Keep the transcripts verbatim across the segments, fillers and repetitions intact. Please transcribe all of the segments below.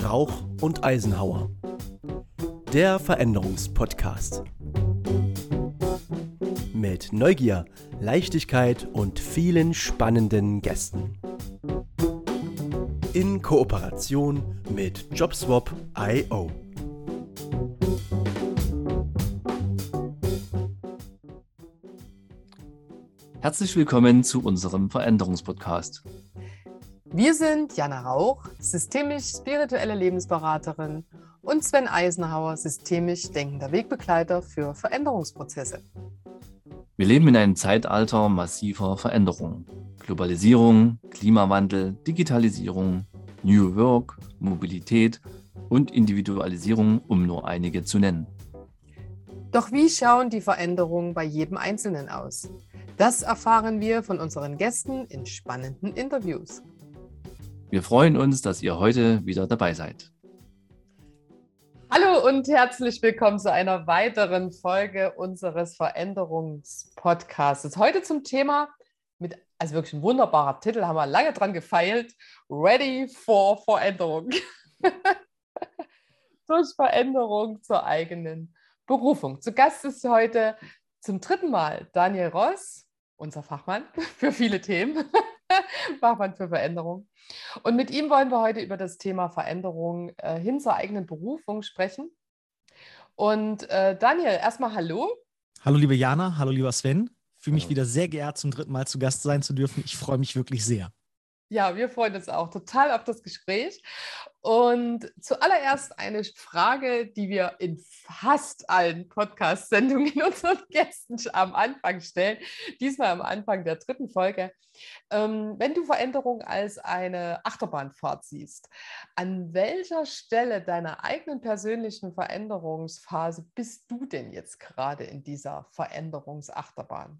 Rauch und Eisenhauer. Der Veränderungspodcast. Mit Neugier, Leichtigkeit und vielen spannenden Gästen. In Kooperation mit JobSwap Punkt io. Herzlich willkommen zu unserem Veränderungspodcast. Wir sind Jana Rauch, systemisch-spirituelle Lebensberaterin, und Sven Eisenhauer, systemisch denkender Wegbegleiter für Veränderungsprozesse. Wir leben in einem Zeitalter massiver Veränderungen. Globalisierung, Klimawandel, Digitalisierung, New Work, Mobilität und Individualisierung, um nur einige zu nennen. Doch wie schauen die Veränderungen bei jedem Einzelnen aus? Das erfahren wir von unseren Gästen in spannenden Interviews. Wir freuen uns, dass ihr heute wieder dabei seid. Hallo und herzlich willkommen zu einer weiteren Folge unseres Veränderungspodcasts. Heute zum Thema, mit, also wirklich ein wunderbarer Titel, haben wir lange dran gefeilt, Ready for Veränderung. Durch Veränderung zur eigenen Berufung. Zu Gast ist heute zum dritten Mal Daniel Ross, unser Fachmann für viele Themen, Fachmann für Veränderung. Und mit ihm wollen wir heute über das Thema Veränderung äh, hin zur eigenen Berufung sprechen. Und äh, Daniel, erstmal hallo. Hallo liebe Jana, hallo lieber Sven. Ich fühle mich Hallo. wieder sehr geehrt, zum dritten Mal zu Gast sein zu dürfen. Ich freue mich wirklich sehr. Ja, wir freuen uns auch total auf das Gespräch. Und zuallererst eine Frage, die wir in fast allen Podcast-Sendungen unseren Gästen am Anfang stellen, diesmal am Anfang der dritten Folge. Ähm, wenn du Veränderung als eine Achterbahnfahrt siehst, an welcher Stelle deiner eigenen persönlichen Veränderungsphase bist du denn jetzt gerade in dieser Veränderungsachterbahn?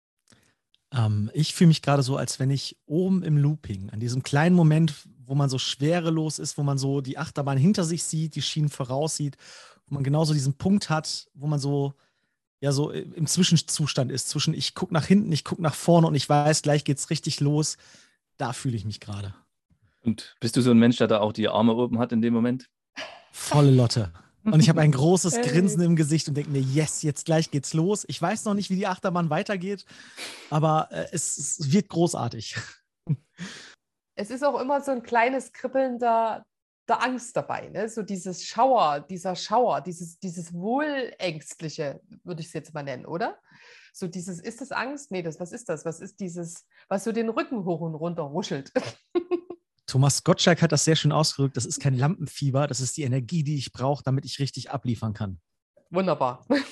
Ähm, ich fühle mich gerade so, als wenn ich oben im Looping, an diesem kleinen Moment, wo man so schwerelos ist, wo man so die Achterbahn hinter sich sieht, die Schienen voraussieht, wo man genauso diesen Punkt hat, wo man so, ja, so im Zwischenzustand ist, zwischen ich gucke nach hinten, ich gucke nach vorne und ich weiß, gleich geht's richtig los. Da fühle ich mich gerade. Und bist du so ein Mensch, der da auch die Arme oben hat in dem Moment? Volle Lotte. Und ich habe ein großes Grinsen im Gesicht und denke mir, yes, jetzt gleich geht's los. Ich weiß noch nicht, wie die Achterbahn weitergeht, aber äh, es, es wird großartig. Es ist auch immer so ein kleines Kribbeln der, der Angst dabei, ne? So dieses Schauer, dieser Schauer, dieses, dieses Wohlängstliche, würde ich es jetzt mal nennen, oder? So dieses, ist das Angst? Nee, das, was ist das? Was ist dieses, was so den Rücken hoch und runter ruschelt? Thomas Gottschalk hat das sehr schön ausgedrückt. Das ist kein Lampenfieber, das ist die Energie, die ich brauche, damit ich richtig abliefern kann. Wunderbar. Das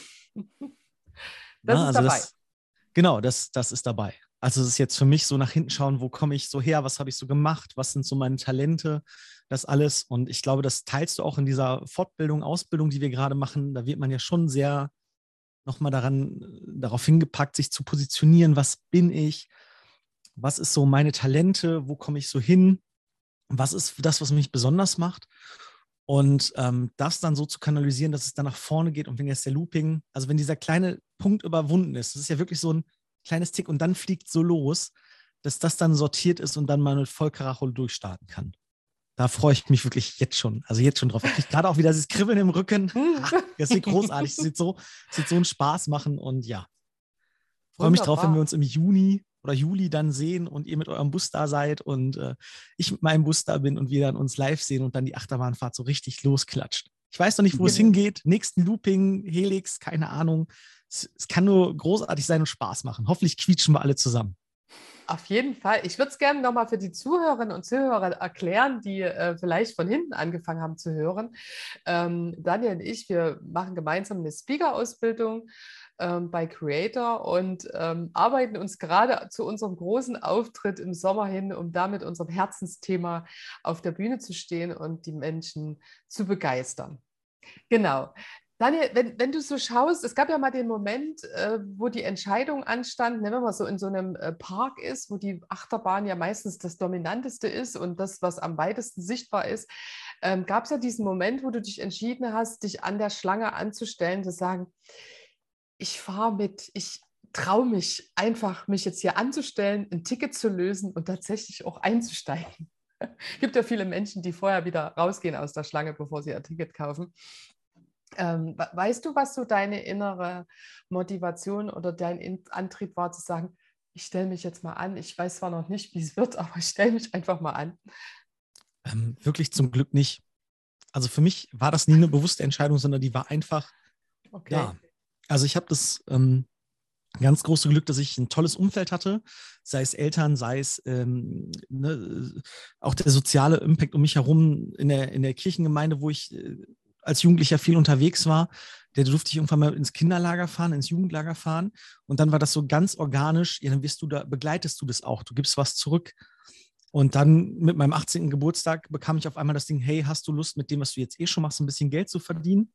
Na, ist also dabei. Das, genau, das, das ist dabei. Also es ist jetzt für mich so nach hinten schauen, wo komme ich so her, was habe ich so gemacht, was sind so meine Talente, das alles. Und ich glaube, das teilst du auch in dieser Fortbildung, Ausbildung, die wir gerade machen. Da wird man ja schon sehr nochmal daran, darauf hingepackt, sich zu positionieren, was bin ich, was ist so meine Talente, wo komme ich so hin, was ist das, was mich besonders macht. Und ähm, das dann so zu kanalisieren, dass es dann nach vorne geht und wenn jetzt der Looping, also wenn dieser kleine Punkt überwunden ist, das ist ja wirklich so ein kleines Tick und dann fliegt so los, dass das dann sortiert ist und dann mal mit Vollkaracho durchstarten kann. Da freue ich mich wirklich jetzt schon, also jetzt schon drauf. Ich kriege gerade auch wieder dieses Kribbeln im Rücken. Das wird großartig, das wird so, das wird so einen Spaß machen und ja. Freue mich drauf, wenn wir uns im Juni oder Juli dann sehen und ihr mit eurem Bus da seid und äh, ich mit meinem Bus da bin und wir dann uns live sehen und dann die Achterbahnfahrt so richtig losklatscht. Ich weiß noch nicht, wo es hingeht. Nächsten Looping, Helix, keine Ahnung. Es, es kann nur großartig sein und Spaß machen. Hoffentlich quietschen wir alle zusammen. Auf jeden Fall. Ich würde es gerne nochmal für die Zuhörerinnen und Zuhörer erklären, die äh, vielleicht von hinten angefangen haben zu hören. Ähm, Daniel und ich, wir machen gemeinsam eine Speaker-Ausbildung ähm, bei Creator und ähm, arbeiten uns gerade zu unserem großen Auftritt im Sommer hin, um da mit unserem Herzensthema auf der Bühne zu stehen und die Menschen zu begeistern. Genau. Daniel, wenn, wenn du so schaust, es gab ja mal den Moment, äh, wo die Entscheidung anstand, ne, wenn man so in so einem äh, Park ist, wo die Achterbahn ja meistens das Dominanteste ist und das, was am weitesten sichtbar ist, ähm, gab es ja diesen Moment, wo du dich entschieden hast, dich an der Schlange anzustellen, zu sagen, ich fahre mit, ich traue mich einfach, mich jetzt hier anzustellen, ein Ticket zu lösen und tatsächlich auch einzusteigen. Gibt ja viele Menschen, die vorher wieder rausgehen aus der Schlange, bevor sie ihr Ticket kaufen. Ähm, weißt du, was so deine innere Motivation oder dein Antrieb war, zu sagen, ich stelle mich jetzt mal an, ich weiß zwar noch nicht, wie es wird, aber ich stelle mich einfach mal an? Ähm, wirklich zum Glück nicht. Also für mich war das nie eine bewusste Entscheidung, sondern die war einfach Okay. da. Also ich habe das ähm, ganz große Glück, dass ich ein tolles Umfeld hatte, sei es Eltern, sei es ähm, ne, auch der soziale Impact um mich herum in der, in der Kirchengemeinde, wo ich äh, als Jugendlicher viel unterwegs war. Der durfte ich irgendwann mal ins Kinderlager fahren, ins Jugendlager fahren. Und dann war das so ganz organisch, ja, dann wirst du da, begleitest du das auch, du gibst was zurück. Und dann mit meinem achtzehnten Geburtstag bekam ich auf einmal das Ding, hey, hast du Lust mit dem, was du jetzt eh schon machst, ein bisschen Geld zu verdienen?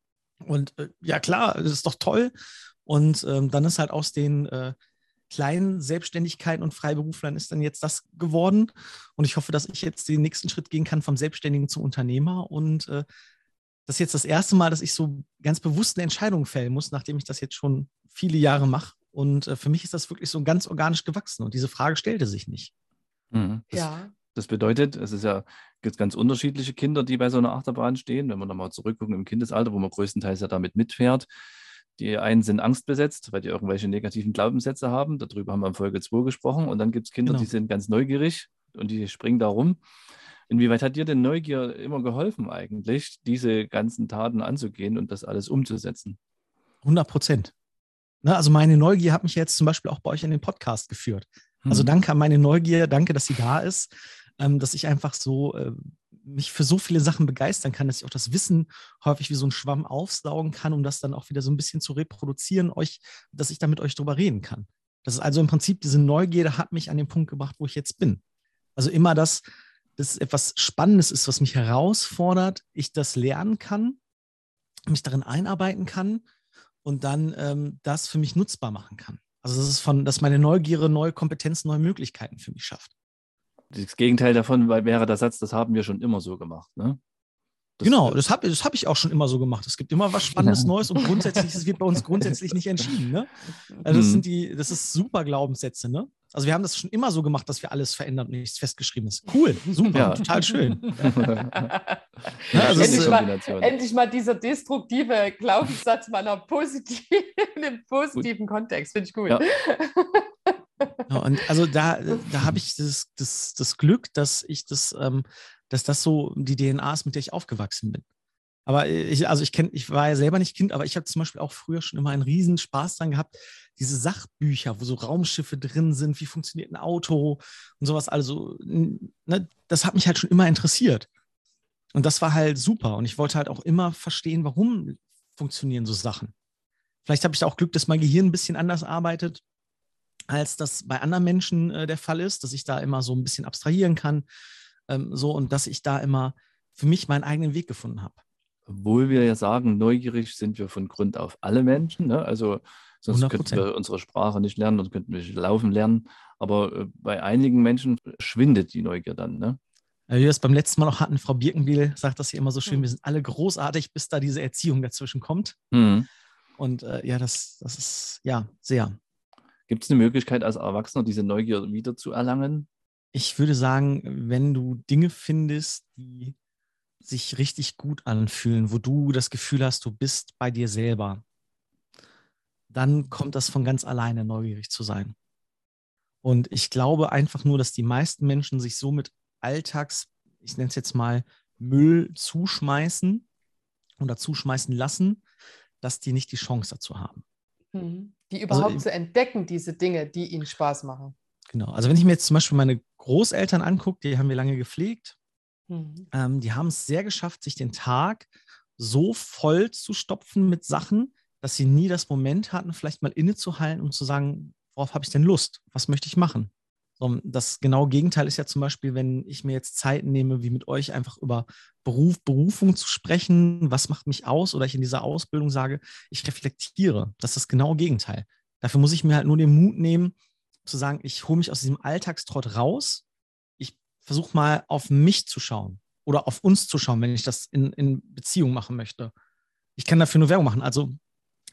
Und äh, ja klar, das ist doch toll. Und ähm, dann ist halt aus den äh, kleinen Selbstständigkeiten und Freiberuflern ist dann jetzt das geworden. Und ich hoffe, dass ich jetzt den nächsten Schritt gehen kann vom Selbstständigen zum Unternehmer. Und äh, das ist jetzt das erste Mal, dass ich so ganz bewusst eine Entscheidung fällen muss, nachdem ich das jetzt schon viele Jahre mache. Und äh, für mich ist das wirklich so ganz organisch gewachsen. Und diese Frage stellte sich nicht. Mhm. Das, Ja. das bedeutet, es ist ja, gibt ganz unterschiedliche Kinder, die bei so einer Achterbahn stehen. Wenn wir nochmal zurückgucken im Kindesalter, wo man größtenteils ja damit mitfährt. Die einen sind angstbesetzt, weil die irgendwelche negativen Glaubenssätze haben. Darüber haben wir in Folge zwei gesprochen. Und dann gibt es Kinder, Genau. die sind ganz neugierig und die springen da rum. Inwieweit hat dir denn Neugier immer geholfen eigentlich, diese ganzen Taten anzugehen und das alles umzusetzen? hundert Prozent. Ne, also meine Neugier hat mich jetzt zum Beispiel auch bei euch in den Podcast geführt. Also Hm. danke an meine Neugier, danke, dass sie da ist, ähm, dass ich einfach so äh, mich für so viele Sachen begeistern kann, dass ich auch das Wissen häufig wie so ein Schwamm aufsaugen kann, um das dann auch wieder so ein bisschen zu reproduzieren, euch, dass ich da mit euch drüber reden kann. Das ist also im Prinzip diese Neugierde hat mich an den Punkt gebracht, wo ich jetzt bin. Also immer das, dass etwas Spannendes ist, was mich herausfordert, ich das lernen kann, mich darin einarbeiten kann und dann ähm, das für mich nutzbar machen kann. Also das ist von, dass meine Neugierde neue Kompetenzen, neue Möglichkeiten für mich schafft. Das Gegenteil davon wäre der Satz, das haben wir schon immer so gemacht. Ne? Das, Genau, das habe das hab ich auch schon immer so gemacht. Es gibt immer was Spannendes, Ja. Neues und grundsätzlich, es wird bei uns grundsätzlich nicht entschieden. Ne? Also das Mhm. sind die, das ist super Glaubenssätze. Ne? Also wir haben das schon immer so gemacht, dass wir alles verändern und nichts festgeschrieben ist. Cool, super, Ja. total schön. Ja, also das ist endlich, die mal, Kombination. endlich mal dieser destruktive Glaubenssatz meiner positiven, im positiven Kontext. Finde ich gut. Ja. Ja, und also da, da habe ich das, das, das Glück, dass ich das, ähm, dass das so die D N A ist, mit der ich aufgewachsen bin. Aber ich, also ich kenne, ich war ja selber nicht Kind, aber ich habe zum Beispiel auch früher schon immer einen riesen Spaß dran gehabt, diese Sachbücher, wo so Raumschiffe drin sind, wie funktioniert ein Auto und sowas. Also, ne, das hat mich halt schon immer interessiert. Und das war halt super. Und ich wollte halt auch immer verstehen, warum funktionieren so Sachen. Vielleicht habe ich da auch Glück, dass mein Gehirn ein bisschen anders arbeitet, als das bei anderen Menschen äh, der Fall ist, dass ich da immer so ein bisschen abstrahieren kann, ähm, so und dass ich da immer für mich meinen eigenen Weg gefunden habe. Obwohl wir ja sagen, neugierig sind wir von Grund auf alle Menschen. Ne? Also sonst hundert könnten Prozent. wir unsere Sprache nicht lernen, sonst könnten wir nicht laufen lernen. Aber äh, bei einigen Menschen schwindet die Neugier dann. Ne? Wie wir es beim letzten Mal auch hatten, Frau Birkenbiel sagt das hier immer so schön, Hm. wir sind alle großartig, bis da diese Erziehung dazwischen kommt. Mhm. Und äh, ja, das, das ist ja sehr. Gibt es eine Möglichkeit als Erwachsener, diese Neugier wieder zu erlangen? Ich würde sagen, wenn du Dinge findest, die sich richtig gut anfühlen, wo du das Gefühl hast, du bist bei dir selber, dann kommt das von ganz alleine, neugierig zu sein. Und ich glaube einfach nur, dass die meisten Menschen sich so mit Alltags, ich nenne es jetzt mal, Müll zuschmeißen oder zuschmeißen lassen, dass die nicht die Chance dazu haben. Mhm. Die überhaupt Also, zu entdecken, diese Dinge, die ihnen Spaß machen. Genau. Also wenn ich mir jetzt zum Beispiel meine Großeltern angucke, die haben wir lange gepflegt, Mhm. ähm, die haben es sehr geschafft, sich den Tag so voll zu stopfen mit Sachen, dass sie nie das Moment hatten, vielleicht mal innezuhalten und zu sagen, worauf habe ich denn Lust? Was möchte ich machen? So, das genaue Gegenteil ist ja zum Beispiel, wenn ich mir jetzt Zeit nehme, wie mit euch einfach über Beruf, Berufung zu sprechen, was macht mich aus, oder ich in dieser Ausbildung sage, ich reflektiere. Das ist das genaue Gegenteil. Dafür muss ich mir halt nur den Mut nehmen, zu sagen, ich hole mich aus diesem Alltagstrott raus, ich versuche mal auf mich zu schauen oder auf uns zu schauen, wenn ich das in, in Beziehung machen möchte. Ich kann dafür nur Werbung machen. Also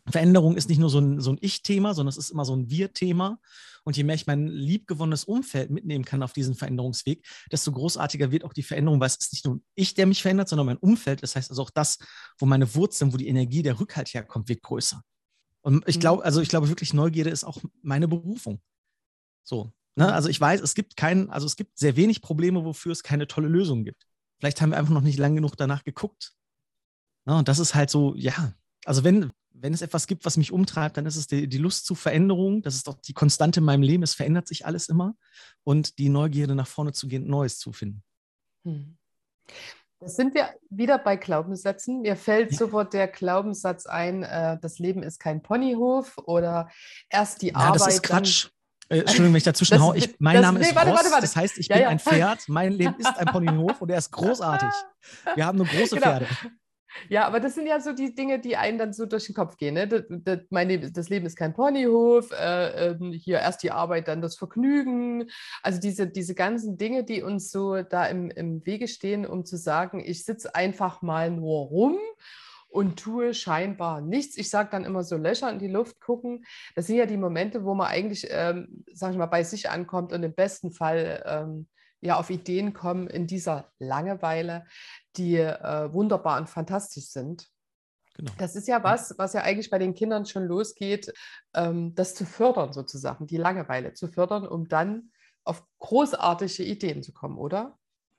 Veränderung ist nicht nur so ein, so ein Ich-Thema, sondern es ist immer so ein Wir-Thema. Und je mehr ich mein liebgewonnenes Umfeld mitnehmen kann auf diesen Veränderungsweg, desto großartiger wird auch die Veränderung, weil es ist nicht nur ich, der mich verändert, sondern mein Umfeld. Das heißt also auch das, wo meine Wurzeln, wo die Energie, der Rückhalt herkommt, wird größer. Und ich glaube, also ich glaube wirklich, Neugierde ist auch meine Berufung. So, ne? Also ich weiß, es gibt keinen, also es gibt sehr wenig Probleme, wofür es keine tolle Lösung gibt. Vielleicht haben wir einfach noch nicht lang genug danach geguckt. Ne? Und das ist halt so, ja, also wenn, wenn es etwas gibt, was mich umtreibt, dann ist es die, die Lust zu Veränderung. Das ist doch die Konstante in meinem Leben. Es verändert sich alles immer. Und die Neugierde, nach vorne zu gehen, Neues zu finden. Hm. Das sind wir wieder bei Glaubenssätzen. Mir fällt Ja. sofort der Glaubenssatz ein, äh, das Leben ist kein Ponyhof oder erst die Ja, Arbeit. das ist Quatsch. Dann, äh, Entschuldigung, wenn ich dazwischen das, haue. Ich, mein das, Name nee, ist warte, Ross, warte, warte. das heißt, ich Ja, bin ja. ein Pferd. Mein Leben ist ein Ponyhof und er ist großartig. Wir haben nur große Genau. Pferde. Ja, aber das sind ja so die Dinge, die einem dann so durch den Kopf gehen. Ne? Das, das, mein Leben, das Leben ist kein Ponyhof, äh, äh, hier erst die Arbeit, dann das Vergnügen. Also diese, diese ganzen Dinge, die uns so da im, im Wege stehen, um zu sagen, ich sitze einfach mal nur rum und tue scheinbar nichts. Ich sage dann immer so Löcher in die Luft gucken. Das sind ja die Momente, wo man eigentlich, ähm, sag ich mal, bei sich ankommt und im besten Fall ähm, ja auf Ideen kommen in dieser Langeweile, die äh, wunderbar und fantastisch sind. Genau. Das ist ja was, was ja eigentlich bei den Kindern schon losgeht, ähm, das zu fördern sozusagen, die Langeweile zu fördern, um dann auf großartige Ideen zu kommen, oder?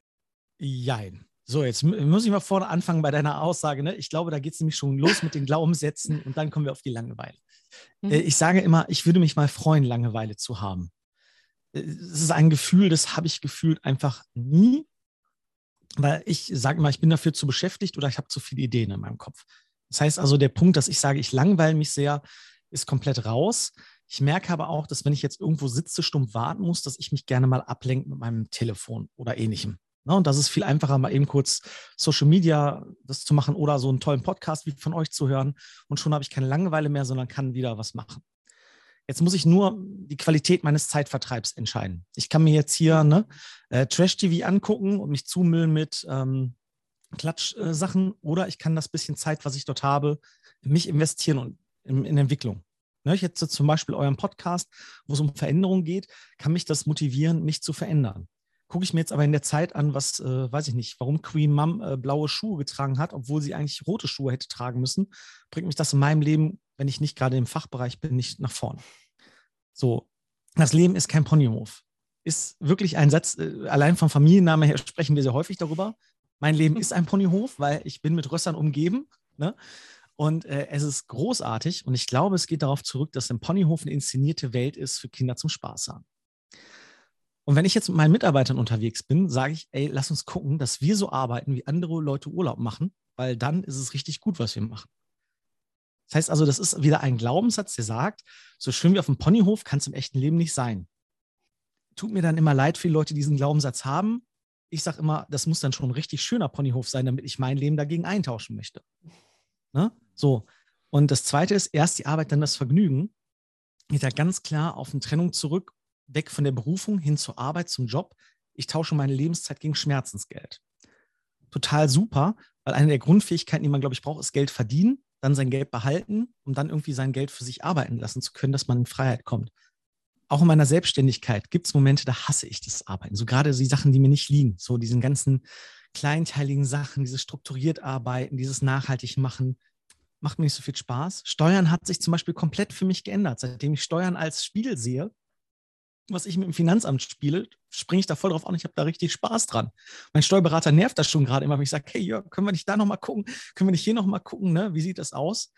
Jein. So, jetzt mu- muss ich mal vorne anfangen bei deiner Aussage. Ne? Ich glaube, da geht es nämlich schon los mit den Glaubenssätzen und dann kommen wir auf die Langeweile. Mhm. Äh, Ich sage immer, ich würde mich mal freuen, Langeweile zu haben. Äh, Es ist ein Gefühl, das habe ich gefühlt einfach nie, weil ich sage immer, ich bin dafür zu beschäftigt oder ich habe zu viele Ideen in meinem Kopf. Das heißt also, der Punkt, dass ich sage, ich langweile mich sehr, ist komplett raus. Ich merke aber auch, dass wenn ich jetzt irgendwo sitze, stumpf warten muss, dass ich mich gerne mal ablenke mit meinem Telefon oder ähnlichem. Ne? Und das ist viel einfacher, mal eben kurz Social Media das zu machen oder so einen tollen Podcast wie von euch zu hören. Und schon habe ich keine Langeweile mehr, sondern kann wieder was machen. Jetzt muss ich nur die Qualität meines Zeitvertreibs entscheiden. Ich kann mir jetzt hier ne, äh, Trash-T V angucken und mich zumüllen mit ähm, Klatsch-Sachen oder ich kann das bisschen Zeit, was ich dort habe, in mich investieren und in, in Entwicklung. Ne, ich jetzt so zum Beispiel euren Podcast, wo es um Veränderung geht, kann mich das motivieren, mich zu verändern. Gucke ich mir jetzt aber in der Zeit an, was, äh, weiß ich nicht, warum Queen Mom äh, blaue Schuhe getragen hat, obwohl sie eigentlich rote Schuhe hätte tragen müssen, bringt mich das in meinem Leben, wenn ich nicht gerade im Fachbereich bin, nicht nach vorne. So, das Leben ist kein Ponyhof. Ist wirklich ein Satz, äh, allein vom Familiennamen her sprechen wir sehr häufig darüber. Mein Leben ist ein Ponyhof, weil ich bin mit Rössern umgeben. Ne? Und äh, es ist großartig. Und ich glaube, es geht darauf zurück, dass ein Ponyhof eine inszenierte Welt ist für Kinder zum Spaß haben. Und wenn ich jetzt mit meinen Mitarbeitern unterwegs bin, sage ich, ey, lass uns gucken, dass wir so arbeiten, wie andere Leute Urlaub machen, weil dann ist es richtig gut, was wir machen. Das heißt also, das ist wieder ein Glaubenssatz, der sagt, so schön wie auf dem Ponyhof kann es im echten Leben nicht sein. Tut mir dann immer leid für die Leute, die diesen Glaubenssatz haben. Ich sage immer, das muss dann schon ein richtig schöner Ponyhof sein, damit ich mein Leben dagegen eintauschen möchte. Ne? So. Und das Zweite ist, erst die Arbeit, dann das Vergnügen. Geht da ganz klar auf eine Trennung zurück, weg von der Berufung hin zur Arbeit, zum Job. Ich tausche meine Lebenszeit gegen Schmerzensgeld. Total super, weil eine der Grundfähigkeiten, die man, glaube ich, braucht, ist Geld verdienen, dann sein Geld behalten, um dann irgendwie sein Geld für sich arbeiten lassen zu können, dass man in Freiheit kommt. Auch in meiner Selbstständigkeit gibt es Momente, da hasse ich das Arbeiten. So gerade die Sachen, die mir nicht liegen. So diesen ganzen kleinteiligen Sachen, dieses strukturiert Arbeiten, dieses nachhaltig machen, macht mir nicht so viel Spaß. Steuern hat sich zum Beispiel komplett für mich geändert. Seitdem ich Steuern als Spiel sehe, was ich mit dem Finanzamt spiele, springe ich da voll drauf an. Ich habe da richtig Spaß dran. Mein Steuerberater nervt das schon gerade immer, wenn ich sage, hey Jörg, können wir nicht da nochmal gucken? Können wir nicht hier nochmal gucken? Ne? Wie sieht das aus?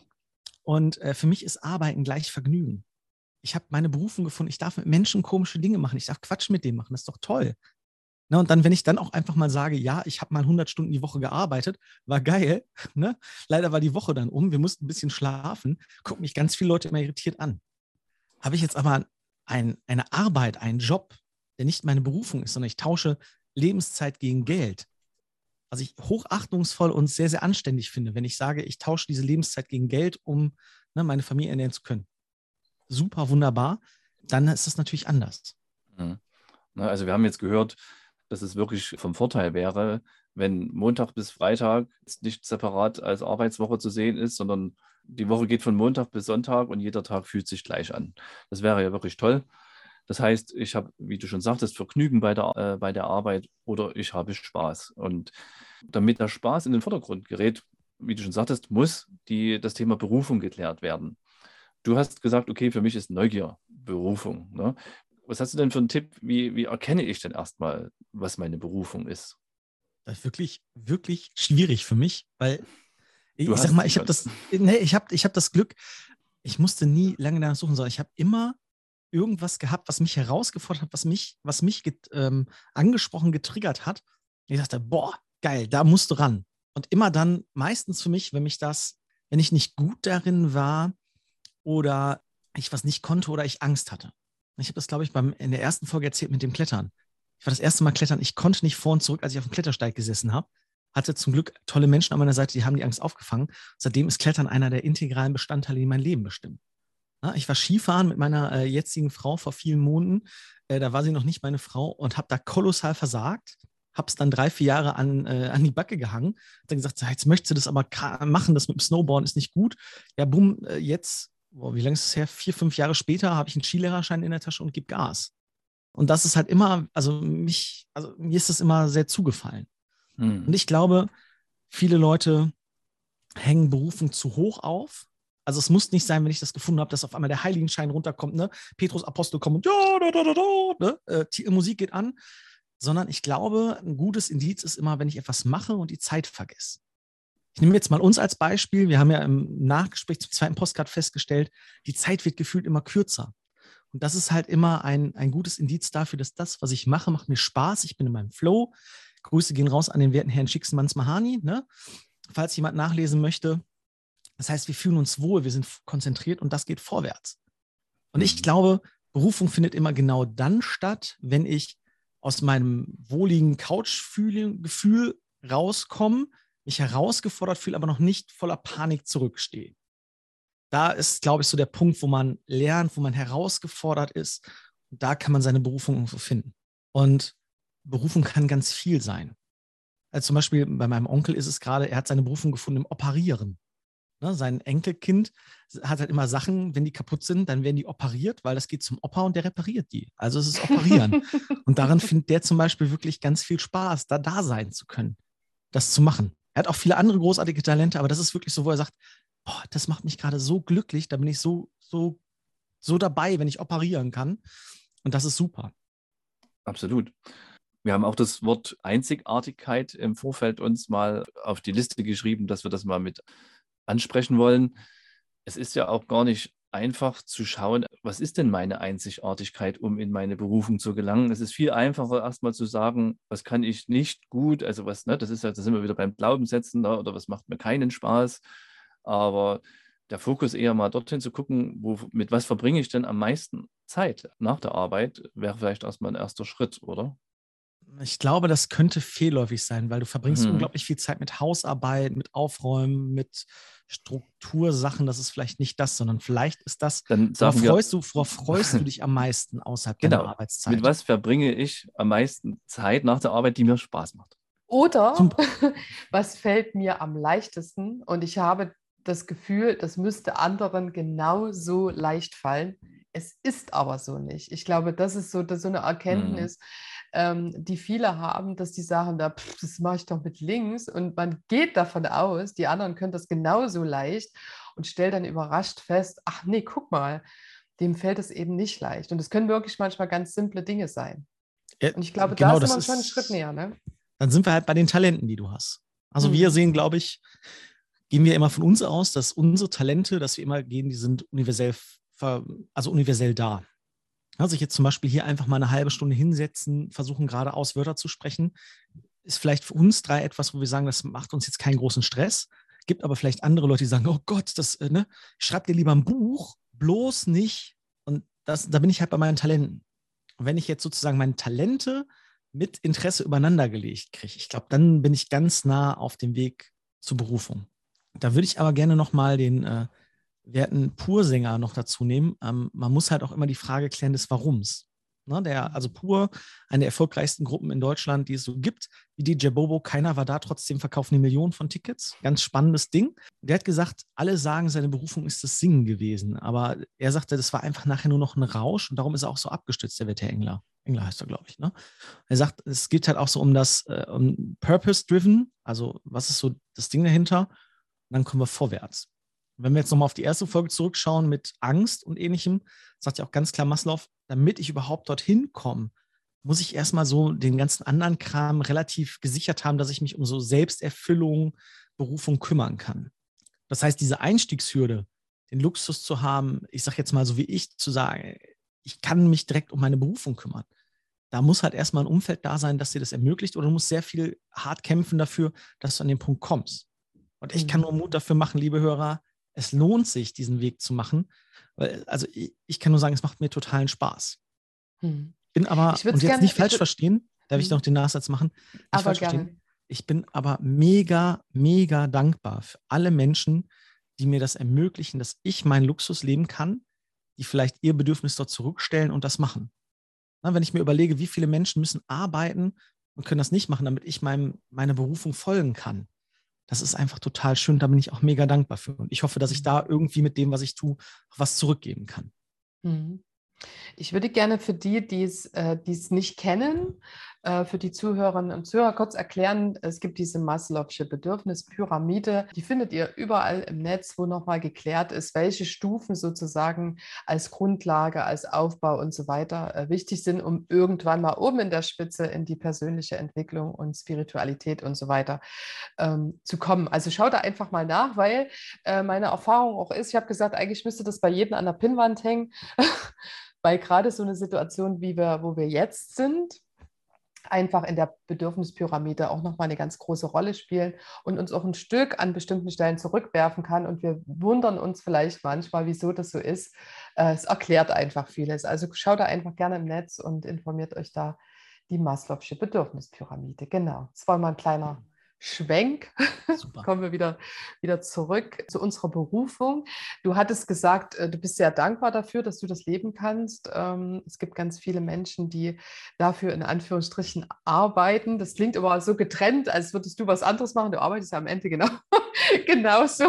Und äh, für mich ist Arbeiten gleich Vergnügen. Ich habe meine Berufung gefunden. Ich darf mit Menschen komische Dinge machen. Ich darf Quatsch mit denen machen. Das ist doch toll. Ne? Und dann, wenn ich dann auch einfach mal sage, ja, ich habe mal hundert Stunden die Woche gearbeitet, war geil. Ne? Leider war die Woche dann um. Wir mussten ein bisschen schlafen. Gucken mich ganz viele Leute immer irritiert an. Habe ich jetzt aber ein, eine Arbeit, einen Job, der nicht meine Berufung ist, sondern ich tausche Lebenszeit gegen Geld. Was ich hochachtungsvoll und sehr, sehr anständig finde, wenn ich sage, ich tausche diese Lebenszeit gegen Geld, um ne, meine Familie ernähren zu können. Super, wunderbar. Dann ist das natürlich anders. Mhm. Also wir haben jetzt gehört, dass es wirklich vom Vorteil wäre, wenn Montag bis Freitag nicht separat als Arbeitswoche zu sehen ist, sondern die Woche geht von Montag bis Sonntag und jeder Tag fühlt sich gleich an. Das wäre ja wirklich toll. Das heißt, ich habe, wie du schon sagtest, Vergnügen bei der, äh, bei der Arbeit oder ich habe Spaß. Und damit der Spaß in den Vordergrund gerät, wie du schon sagtest, muss die, das Thema Berufung geklärt werden. Du hast gesagt, okay, für mich ist Neugier Berufung. Ne? Was hast du denn für einen Tipp? Wie, wie erkenne ich denn erstmal, was meine Berufung ist? Das ist wirklich, wirklich schwierig für mich, weil ich, Du ich sag hast mal, sie ich habe schon. das, nee, ich habe ich hab das Glück, ich musste nie lange danach suchen, sondern ich habe immer irgendwas gehabt, was mich herausgefordert hat, was mich, was mich get, ähm, angesprochen, getriggert hat. Ich dachte, boah, geil, da musst du ran. Und immer dann, meistens für mich, wenn mich das, wenn ich nicht gut darin war oder ich was nicht konnte oder ich Angst hatte. Ich habe das, glaube ich, beim, in der ersten Folge erzählt mit dem Klettern. Ich war das erste Mal klettern, ich konnte nicht vor und zurück, als ich auf dem Klettersteig gesessen habe. Hatte zum Glück tolle Menschen an meiner Seite, die haben die Angst aufgefangen. Seitdem ist Klettern einer der integralen Bestandteile, die mein Leben bestimmen. Ja, ich war Skifahren mit meiner äh, jetzigen Frau vor vielen Monaten. Äh, da war sie noch nicht meine Frau und habe da kolossal versagt. Habe es dann drei, vier Jahre an, äh, an die Backe gehangen. Hab dann gesagt, so, jetzt möchtest du das aber machen, das mit dem Snowboarden ist nicht gut. Ja, bumm, äh, jetzt, boah, wie lange ist es her? Vier, fünf Jahre später habe ich einen Skilehrerschein in der Tasche und gebe Gas. Und das ist halt immer, also mich, also mir ist das immer sehr zugefallen. Hm. Und ich glaube, viele Leute hängen Berufung zu hoch auf. Also es muss nicht sein, wenn ich das gefunden habe, dass auf einmal der Heiligenschein runterkommt, ne? Petrus Apostel kommt und ja, da, da, da, da, ne? äh, die Musik geht an. Sondern ich glaube, ein gutes Indiz ist immer, wenn ich etwas mache und die Zeit vergesse. Ich nehme jetzt mal uns als Beispiel. Wir haben ja im Nachgespräch zum zweiten Postcard festgestellt, die Zeit wird gefühlt immer kürzer. Und das ist halt immer ein, ein gutes Indiz dafür, dass das, was ich mache, macht mir Spaß. Ich bin in meinem Flow. Grüße gehen raus an den werten Herrn Schicksenmanns Mahani, ne? Falls jemand nachlesen möchte. Das heißt, wir fühlen uns wohl, wir sind konzentriert und das geht vorwärts. Und ich glaube, Berufung findet immer genau dann statt, wenn ich aus meinem wohligen Couch-Gefühl rauskomme, mich herausgefordert fühle, aber noch nicht voller Panik zurückstehe. Da ist, glaube ich, so der Punkt, wo man lernt, wo man herausgefordert ist. Und da kann man seine Berufung irgendwo finden. Und Berufung kann ganz viel sein. Also zum Beispiel bei meinem Onkel ist es gerade, er hat seine Berufung gefunden im Operieren. Ne, sein Enkelkind hat halt immer Sachen, wenn die kaputt sind, dann werden die operiert, weil das geht zum Opa und der repariert die. Also es ist Operieren. Und daran findet der zum Beispiel wirklich ganz viel Spaß, da da sein zu können, das zu machen. Er hat auch viele andere großartige Talente, aber das ist wirklich so, wo er sagt, boah, das macht mich gerade so glücklich, da bin ich so, so, so dabei, wenn ich operieren kann. Und das ist super. Absolut. Wir haben auch das Wort Einzigartigkeit im Vorfeld uns mal auf die Liste geschrieben, dass wir das mal mit ansprechen wollen. Es ist ja auch gar nicht einfach zu schauen, was ist denn meine Einzigartigkeit, um in meine Berufung zu gelangen. Es ist viel einfacher, erstmal zu sagen, was kann ich nicht gut, also was, ne, das ist ja, da sind wir wieder beim Glaubenssätzen, ne, oder was macht mir keinen Spaß. Aber der Fokus eher mal dorthin zu gucken, wo, mit was verbringe ich denn am meisten Zeit nach der Arbeit, wäre vielleicht erstmal ein erster Schritt, oder? Ich glaube, das könnte fehlläufig sein, weil du verbringst Mhm. unglaublich viel Zeit mit Hausarbeit, mit Aufräumen, mit Struktursachen. Das ist vielleicht nicht das, sondern vielleicht ist das, Dann worauf sagen wir, freust du, worauf freust du dich am meisten außerhalb deiner genau, Arbeitszeit? mit was verbringe ich am meisten Zeit nach der Arbeit, die mir Spaß macht? Oder Super. was fällt mir am leichtesten? Und ich habe das Gefühl, das müsste anderen genauso leicht fallen. Es ist aber so nicht. Ich glaube, das ist so, das ist so eine Erkenntnis, ähm, die viele haben, dass die sagen, da, pff, das mache ich doch mit links. Und man geht davon aus, die anderen können das genauso leicht und stellt dann überrascht fest, ach nee, guck mal, dem fällt es eben nicht leicht. Und es können wirklich manchmal ganz simple Dinge sein. Ja, Und ich glaube, genau, da sind das wir schon einen ist- Schritt näher. Ne? Dann sind wir halt bei den Talenten, die du hast. Also Mhm. wir sehen, glaube ich, gehen wir immer von uns aus, dass unsere Talente, dass wir immer gehen, die sind universell, ver- also universell da. Also ich jetzt zum Beispiel hier einfach mal eine halbe Stunde hinsetzen, versuchen geradeaus Wörter zu sprechen, ist vielleicht für uns drei etwas, wo wir sagen, das macht uns jetzt keinen großen Stress. Gibt aber vielleicht andere Leute, die sagen, oh Gott, das, äh, ne, schreib dir lieber ein Buch, bloß nicht. Und das, da bin ich halt bei meinen Talenten. Und wenn ich jetzt sozusagen meine Talente mit Interesse übereinander gelegt kriege, ich glaube, dann bin ich ganz nah auf dem Weg zur Berufung. Da würde ich aber gerne nochmal den äh, werten Pursänger noch dazu nehmen. Ähm, man muss halt auch immer die Frage klären des Warums. Ne, der, also Pur, eine der erfolgreichsten Gruppen in Deutschland, die es so gibt, wie die D J Bobo. Keiner war da, trotzdem verkaufen die Millionen von Tickets. Ganz spannendes Ding. Der hat gesagt, alle sagen, seine Berufung ist das Singen gewesen. Aber er sagte, das war einfach nachher nur noch ein Rausch und darum ist er auch so abgestürzt, der Wette Engler. Engler heißt er, glaube ich. Ne? Er sagt, es geht halt auch so um das äh, um Purpose-Driven, also was ist so das Ding dahinter? Und dann kommen wir vorwärts. Wenn wir jetzt nochmal auf die erste Folge zurückschauen mit Angst und Ähnlichem, sagt ja auch ganz klar Maslow, damit ich überhaupt dorthin komme, muss ich erstmal so den ganzen anderen Kram relativ gesichert haben, dass ich mich um so Selbsterfüllung, Berufung kümmern kann. Das heißt, diese Einstiegshürde, den Luxus zu haben, ich sage jetzt mal so wie ich, zu sagen, ich kann mich direkt um meine Berufung kümmern. Da muss halt erstmal ein Umfeld da sein, das dir das ermöglicht, oder du musst sehr viel hart kämpfen dafür, dass du an den Punkt kommst. Und ich kann nur Mut dafür machen, liebe Hörer, es lohnt sich, diesen Weg zu machen. Weil, also ich, ich kann nur sagen, es macht mir totalen Spaß. Hm. Bin aber, Ich und jetzt gerne, nicht falsch ich würd, verstehen, darf hm. ich noch den Nachsatz machen? Nicht aber falsch gerne. verstehen. Ich bin aber mega, mega dankbar für alle Menschen, die mir das ermöglichen, dass ich meinen Luxus leben kann, die vielleicht ihr Bedürfnis dort zurückstellen und das machen. Na, wenn ich mir überlege, wie viele Menschen müssen arbeiten und können das nicht machen, damit ich meinem, meiner Berufung folgen kann. Das ist einfach total schön, da bin ich auch mega dankbar für. Und ich hoffe, dass ich da irgendwie mit dem, was ich tue, auch was zurückgeben kann. Mhm. Ich würde gerne für die, die es, äh, die es nicht kennen, äh, für die Zuhörerinnen und Zuhörer kurz erklären, es gibt diese Maslow'sche Bedürfnispyramide, die findet ihr überall im Netz, wo nochmal geklärt ist, welche Stufen sozusagen als Grundlage, als Aufbau und so weiter äh, wichtig sind, um irgendwann mal oben in der Spitze in die persönliche Entwicklung und Spiritualität und so weiter ähm, zu kommen. Also schaut da einfach mal nach, weil äh, meine Erfahrung auch ist, ich habe gesagt, eigentlich müsste das bei jedem an der Pinnwand hängen, weil gerade so eine Situation, wie wir, wo wir jetzt sind, einfach in der Bedürfnispyramide auch nochmal eine ganz große Rolle spielen und uns auch ein Stück an bestimmten Stellen zurückwerfen kann. Und wir wundern uns vielleicht manchmal, wieso das so ist. Es erklärt einfach vieles. Also schaut da einfach gerne im Netz und informiert euch da, die Maslow'sche Bedürfnispyramide. Genau, das war mal ein kleiner Schwenk. Super. Kommen wir wieder, wieder zurück zu unserer Berufung. Du hattest gesagt, du bist sehr dankbar dafür, dass du das leben kannst. Es gibt ganz viele Menschen, die dafür in Anführungsstrichen arbeiten. Das klingt aber so getrennt, als würdest du was anderes machen. Du arbeitest ja am Ende genau, genauso.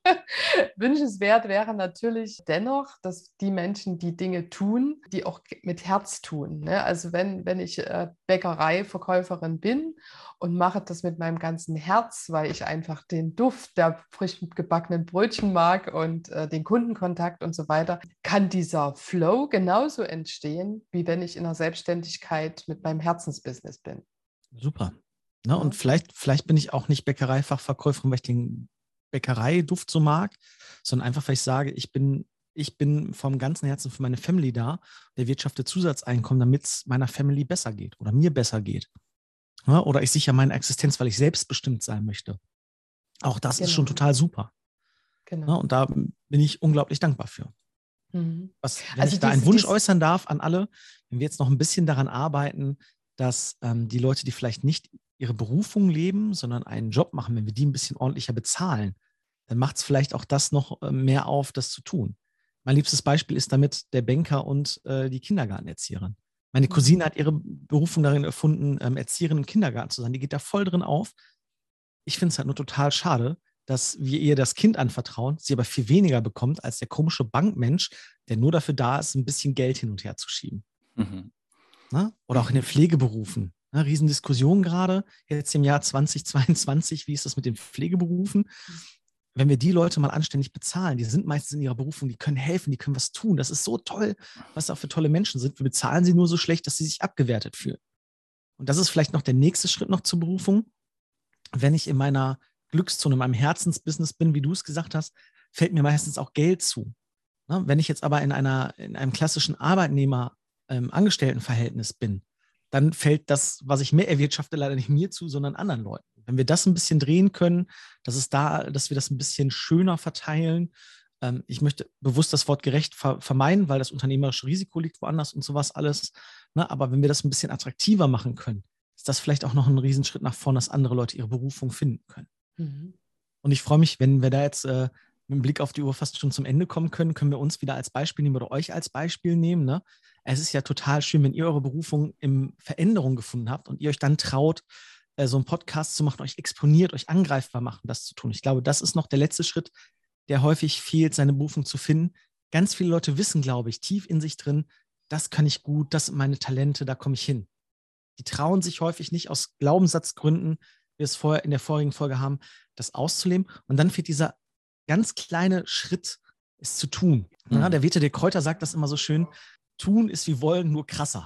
Wünschenswert wäre natürlich dennoch, dass die Menschen die Dinge tun, die auch mit Herz tun. Ne? Also wenn, wenn ich äh, Bäckereiverkäuferin bin und mache das mit meinem ganzen Herz, weil ich einfach den Duft der frisch gebackenen Brötchen mag und äh, den Kundenkontakt und so weiter, kann dieser Flow genauso entstehen, wie wenn ich in der Selbstständigkeit mit meinem Herzensbusiness bin. Super. Na, Ja. und vielleicht, vielleicht bin ich auch nicht Bäckereifachverkäuferin, weil ich den Bäckereiduft so mag, sondern einfach, weil ich sage, ich bin, ich bin vom ganzen Herzen für meine Family da, der wirtschaftet Zusatzeinkommen, damit es meiner Family besser geht oder mir besser geht. Ja, oder ich sichere meine Existenz, weil ich selbstbestimmt sein möchte. Auch das Genau. ist schon total super. Genau. Ja, und da bin ich unglaublich dankbar für. Mhm. Was, wenn Also ich da diese- einen Wunsch diese- äußern darf an alle, wenn wir jetzt noch ein bisschen daran arbeiten, dass ähm, die Leute, die vielleicht nicht ihre Berufung leben, sondern einen Job machen, wenn wir die ein bisschen ordentlicher bezahlen, dann macht es vielleicht auch das noch äh, mehr auf, das zu tun. Mein liebstes Beispiel ist damit der Banker und äh, die Kindergartenerzieherin. Meine Cousine hat ihre Berufung darin erfunden, ähm, Erzieherin im Kindergarten zu sein. Die geht da voll drin auf. Ich finde es halt nur total schade, dass wir ihr das Kind anvertrauen, sie aber viel weniger bekommt als der komische Bankmensch, der nur dafür da ist, ein bisschen Geld hin und her zu schieben. Mhm. Ne? Oder auch in den Pflegeberufen. Ne? Riesendiskussion gerade, jetzt im Jahr zwanzig zweiundzwanzig, wie ist das mit den Pflegeberufen? Wenn wir die Leute mal anständig bezahlen, die sind meistens in ihrer Berufung, die können helfen, die können was tun. Das ist so toll, was da für tolle Menschen sind. Wir bezahlen sie nur so schlecht, dass sie sich abgewertet fühlen. Und das ist vielleicht noch der nächste Schritt noch zur Berufung. Wenn ich in meiner Glückszone, in meinem Herzensbusiness bin, wie du es gesagt hast, fällt mir meistens auch Geld zu. Ne? Wenn ich jetzt aber in, einer, in einem klassischen Arbeitnehmer-Angestelltenverhältnis ähm, bin, dann fällt das, was ich mehr erwirtschafte, leider nicht mir zu, sondern anderen Leuten. Wenn wir das ein bisschen drehen können, dass es da, dass wir das ein bisschen schöner verteilen. Ähm, ich möchte bewusst das Wort gerecht ver- vermeiden, weil das unternehmerische Risiko liegt woanders und sowas alles. Ne? Aber wenn wir das ein bisschen attraktiver machen können, ist das vielleicht auch noch ein Riesenschritt nach vorne, dass andere Leute ihre Berufung finden können. Mhm. Und ich freue mich, wenn wir da jetzt äh, mit dem Blick auf die Uhr fast schon zum Ende kommen können, können wir uns wieder als Beispiel nehmen oder euch als Beispiel nehmen. Ne? Es ist ja total schön, wenn ihr eure Berufung in Veränderung gefunden habt und ihr euch dann traut, äh, so einen Podcast zu machen, euch exponiert, euch angreifbar macht, das zu tun. Ich glaube, das ist noch der letzte Schritt, der häufig fehlt, seine Berufung zu finden. Ganz viele Leute wissen, glaube ich, tief in sich drin, das kann ich gut, das sind meine Talente, da komme ich hin. Die trauen sich häufig nicht aus Glaubenssatzgründen, wie wir es vorher in der vorigen Folge haben, das auszuleben. Und dann fehlt dieser ganz kleine Schritt, es zu tun. Mhm. Ja, der W T D Kräuter sagt das immer so schön, tun ist wie wollen, nur krasser.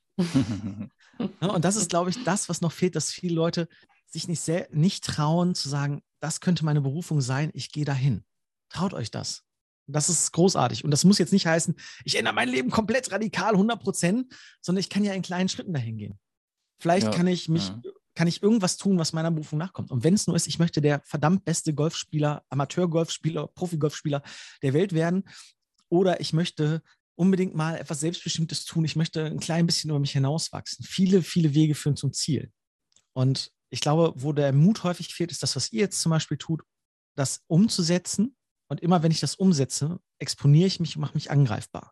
Ja, und das ist, glaube ich, das, was noch fehlt, dass viele Leute sich nicht, sehr, nicht trauen zu sagen, das könnte meine Berufung sein, ich gehe dahin. Traut euch das. Das ist großartig. Und das muss jetzt nicht heißen, ich ändere mein Leben komplett radikal, hundert Prozent, sondern ich kann ja in kleinen Schritten dahin gehen. Vielleicht ja, kann ich mich, ja. kann ich irgendwas tun, was meiner Berufung nachkommt. Und wenn es nur ist, ich möchte der verdammt beste Golfspieler, Amateur-Golfspieler, Profi-Golfspieler der Welt werden, oder ich möchte unbedingt mal etwas Selbstbestimmtes tun, ich möchte ein klein bisschen über mich hinauswachsen. Viele, viele Wege führen zum Ziel. Und ich glaube, wo der Mut häufig fehlt, ist das, was ihr jetzt zum Beispiel tut, das umzusetzen. Und immer, wenn ich das umsetze, exponiere ich mich und mache mich angreifbar.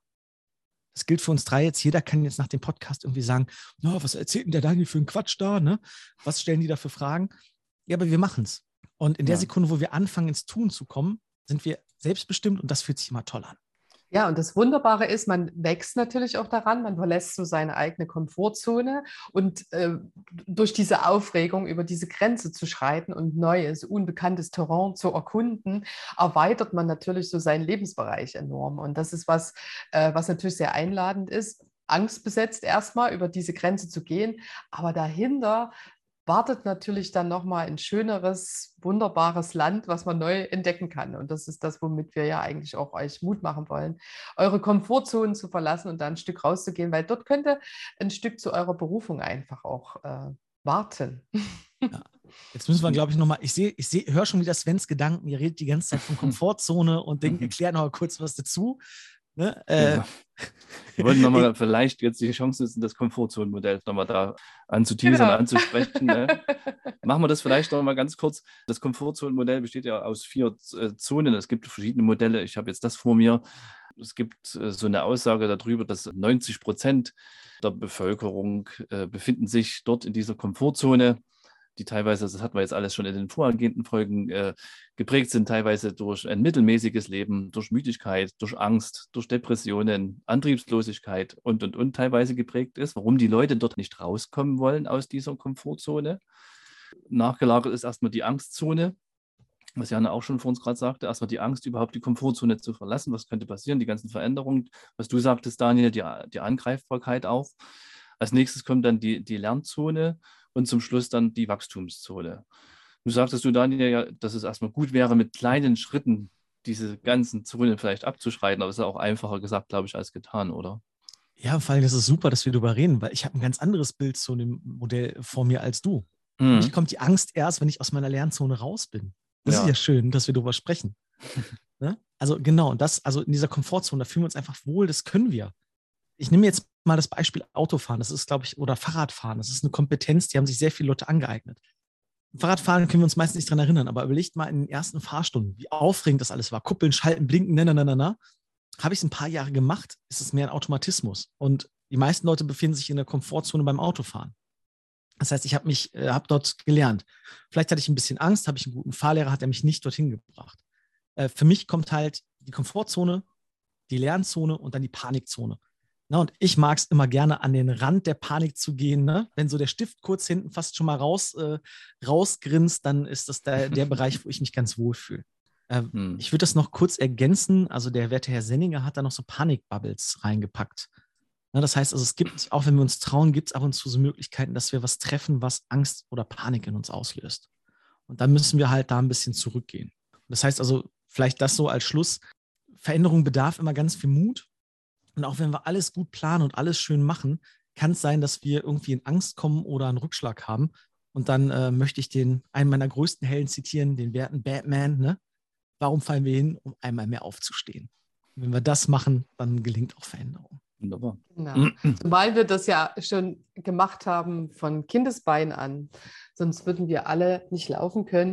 Das gilt für uns drei jetzt. Jeder kann jetzt nach dem Podcast irgendwie sagen, oh, was erzählt denn der Daniel für einen Quatsch da? Ne? Was stellen die da für Fragen? Ja, aber wir machen es. Und in der ja. Sekunde, wo wir anfangen, ins Tun zu kommen, sind wir selbstbestimmt und das fühlt sich immer toll an. Ja, und das Wunderbare ist, man wächst natürlich auch daran, man verlässt so seine eigene Komfortzone und äh, durch diese Aufregung über diese Grenze zu schreiten und neues, unbekanntes Terrain zu erkunden, erweitert man natürlich so seinen Lebensbereich enorm. Und das ist was, äh, was natürlich sehr einladend ist, angstbesetzt erstmal über diese Grenze zu gehen, aber dahinter wartet natürlich dann nochmal ein schöneres, wunderbares Land, was man neu entdecken kann. Und das ist das, womit wir ja eigentlich auch euch Mut machen wollen, eure Komfortzonen zu verlassen und da ein Stück rauszugehen, weil dort könnte ein Stück zu eurer Berufung einfach auch äh, warten. Ja. Jetzt müssen wir, glaube ich, nochmal, ich sehe, ich sehe, höre schon wieder Svens Gedanken, ihr redet die ganze Zeit von Komfortzone und denkt, erklärt noch mal kurz was dazu. Ne? Äh, ja. Wir wollten nochmal vielleicht jetzt die Chance nutzen, das Komfortzonenmodell nochmal da anzuteasern, genau. anzusprechen. Ne? Machen wir das vielleicht nochmal ganz kurz. Das Komfortzonenmodell besteht ja aus vier äh, Zonen. Es gibt verschiedene Modelle. Ich habe jetzt das vor mir. Es gibt äh, so eine Aussage darüber, dass neunzig Prozent der Bevölkerung äh, befinden sich dort in dieser Komfortzone, die teilweise, das hatten wir jetzt alles schon in den vorangehenden Folgen, äh, geprägt sind, teilweise durch ein mittelmäßiges Leben, durch Müdigkeit, durch Angst, durch Depressionen, Antriebslosigkeit und, und, und teilweise geprägt ist. Warum die Leute dort nicht rauskommen wollen aus dieser Komfortzone. Nachgelagert ist erstmal die Angstzone, was Jana auch schon vor uns gerade sagte, erstmal die Angst, überhaupt die Komfortzone zu verlassen. Was könnte passieren? Die ganzen Veränderungen, was du sagtest, Daniel, die, die Angreifbarkeit auch. Als nächstes kommt dann die, die Lernzone und zum Schluss dann die Wachstumszone. Du sagtest du, Daniel, ja, dass es erstmal gut wäre, mit kleinen Schritten diese ganzen Zonen vielleicht abzuschreiten, aber es ist auch einfacher gesagt, glaube ich, als getan, oder? Ja, vor allem ist es super, dass wir darüber reden, weil ich habe ein ganz anderes Bild zu dem Modell vor mir als du. Mhm. Für mich kommt die Angst erst, wenn ich aus meiner Lernzone raus bin. Das ja. ist ja schön, dass wir darüber sprechen. Ne? Also genau, das, also in dieser Komfortzone, da fühlen wir uns einfach wohl, das können wir. Ich nehme jetzt mal das Beispiel Autofahren, das ist, glaube ich, oder Fahrradfahren, das ist eine Kompetenz, die haben sich sehr viele Leute angeeignet. Fahrradfahren können wir uns meistens nicht dran erinnern, aber überlegt mal in den ersten Fahrstunden, wie aufregend das alles war. Kuppeln, schalten, blinken, na, na, na, na, na. Habe ich es ein paar Jahre gemacht, ist es mehr ein Automatismus. Und die meisten Leute befinden sich in der Komfortzone beim Autofahren. Das heißt, ich habe mich, äh, habe dort gelernt. Vielleicht hatte ich ein bisschen Angst, habe ich einen guten Fahrlehrer, hat er mich nicht dorthin gebracht. Äh, für mich kommt halt die Komfortzone, die Lernzone und dann die Panikzone. Na, und ich mag es immer gerne, an den Rand der Panik zu gehen. Ne? Wenn so der Stift kurz hinten fast schon mal raus, äh, rausgrinst, dann ist das der, der Bereich, wo ich mich ganz wohl fühle. Äh, hm. Ich würde das noch kurz ergänzen. Also der werte Herr Senninger hat da noch so Panikbubbles reingepackt. Na, das heißt, also es gibt, auch wenn wir uns trauen, gibt es ab und zu so Möglichkeiten, dass wir was treffen, was Angst oder Panik in uns auslöst. Und dann müssen wir halt da ein bisschen zurückgehen. Das heißt also, vielleicht das so als Schluss, Veränderung bedarf immer ganz viel Mut. Und auch wenn wir alles gut planen und alles schön machen, kann es sein, dass wir irgendwie in Angst kommen oder einen Rückschlag haben. Und dann äh, möchte ich den, einen meiner größten Helden zitieren, den werten Batman. Ne? Warum fallen wir hin? Um einmal mehr aufzustehen. Und wenn wir das machen, dann gelingt auch Veränderung. Wunderbar. Genau. Zumal wir das ja schon gemacht haben von Kindesbein an. Sonst würden wir alle nicht laufen können.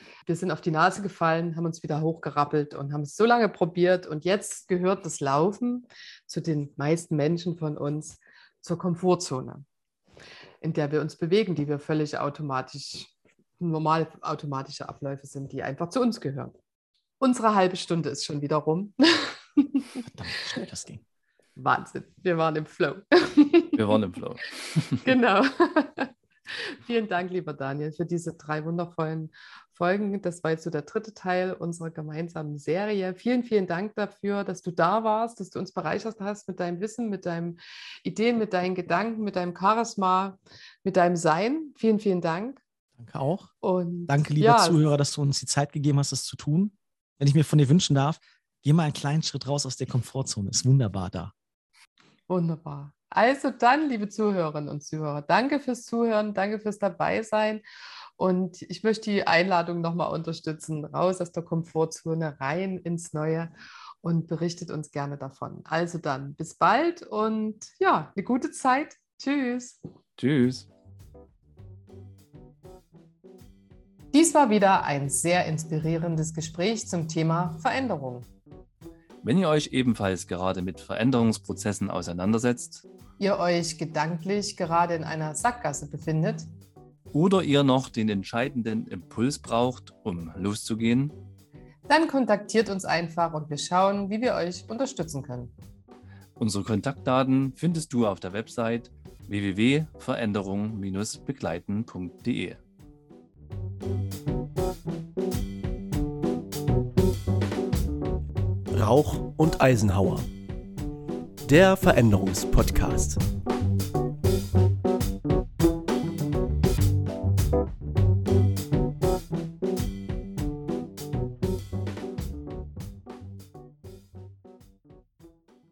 Wir sind auf die Nase gefallen, haben uns wieder hochgerappelt und haben es so lange probiert. Und jetzt gehört das Laufen zu den meisten Menschen von uns zur Komfortzone, in der wir uns bewegen, die wir völlig automatisch, normal automatische Abläufe sind, die einfach zu uns gehören. Unsere halbe Stunde ist schon wieder rum. Verdammt, schnell das ging. Wahnsinn, wir waren im Flow. Wir waren im Flow. Genau. Vielen Dank, lieber Daniel, für diese drei wundervollen Folgen. Das war jetzt so der dritte Teil unserer gemeinsamen Serie. Vielen, vielen Dank dafür, dass du da warst, dass du uns bereichert hast mit deinem Wissen, mit deinen Ideen, mit deinen Gedanken, mit deinem Charisma, mit deinem Sein. Vielen, vielen Dank. Danke auch. Und Danke, lieber ja, Zuhörer, dass du uns die Zeit gegeben hast, das zu tun. Wenn ich mir von dir wünschen darf, geh mal einen kleinen Schritt raus aus der Komfortzone. Ist wunderbar da. Wunderbar. Also dann, liebe Zuhörerinnen und Zuhörer, danke fürs Zuhören, danke fürs Dabeisein. Und ich möchte die Einladung nochmal unterstützen, raus aus der Komfortzone, rein ins Neue und berichtet uns gerne davon. Also dann, bis bald und ja, eine gute Zeit. Tschüss. Tschüss. Dies war wieder ein sehr inspirierendes Gespräch zum Thema Veränderung. Wenn ihr euch ebenfalls gerade mit Veränderungsprozessen auseinandersetzt, Ihr euch gedanklich gerade in einer Sackgasse befindet, oder ihr noch den entscheidenden Impuls braucht, um loszugehen, dann kontaktiert uns einfach und wir schauen, wie wir euch unterstützen können. unsere Kontaktdaten findest du auf der Website w w w punkt veränderung Bindestrich begleiten punkt de. Rauch und Eisenhauer. Der Veränderungspodcast.